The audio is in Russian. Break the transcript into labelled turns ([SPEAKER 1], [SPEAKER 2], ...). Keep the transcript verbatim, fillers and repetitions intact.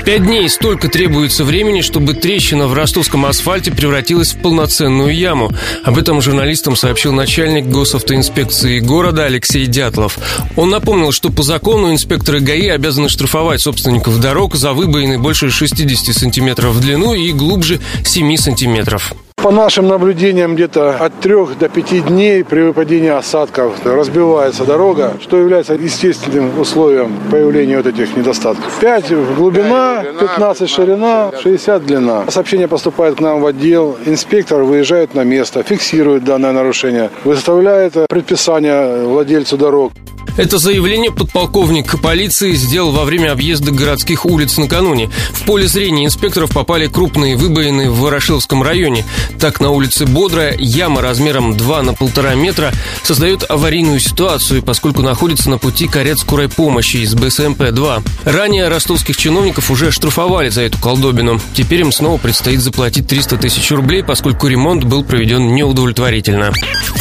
[SPEAKER 1] Пять дней столько требуется времени, чтобы трещина в ростовском асфальте превратилась в полноценную яму. Об этом журналистам сообщил начальник госавтоинспекции города Алексей Дятлов. Он напомнил, что по закону инспекторы ГАИ обязаны штрафовать собственников дорог за выбоины больше шестьдесят сантиметров в длину и глубже семь сантиметров.
[SPEAKER 2] По нашим наблюдениям, где-то от трех до пяти дней при выпадении осадков разбивается дорога, что является естественным условием появления вот этих недостатков. пять глубина, пятнадцать ширина, шестьдесят длина. Сообщение поступает к нам в отдел, инспектор выезжает на место, фиксирует данное нарушение, выставляет предписание владельцу дорог.
[SPEAKER 1] Это заявление подполковник полиции сделал во время объезда городских улиц накануне. В поле зрения инспекторов попали крупные выбоины в Ворошиловском районе. Так, на улице Бодрая яма размером два на полтора метра создает аварийную ситуацию, поскольку находится на пути карет скорой помощи из Бэ Эс Эм Пэ два. Ранее ростовских чиновников уже штрафовали за эту колдобину. Теперь им снова предстоит заплатить триста тысяч рублей, поскольку ремонт был проведен неудовлетворительно.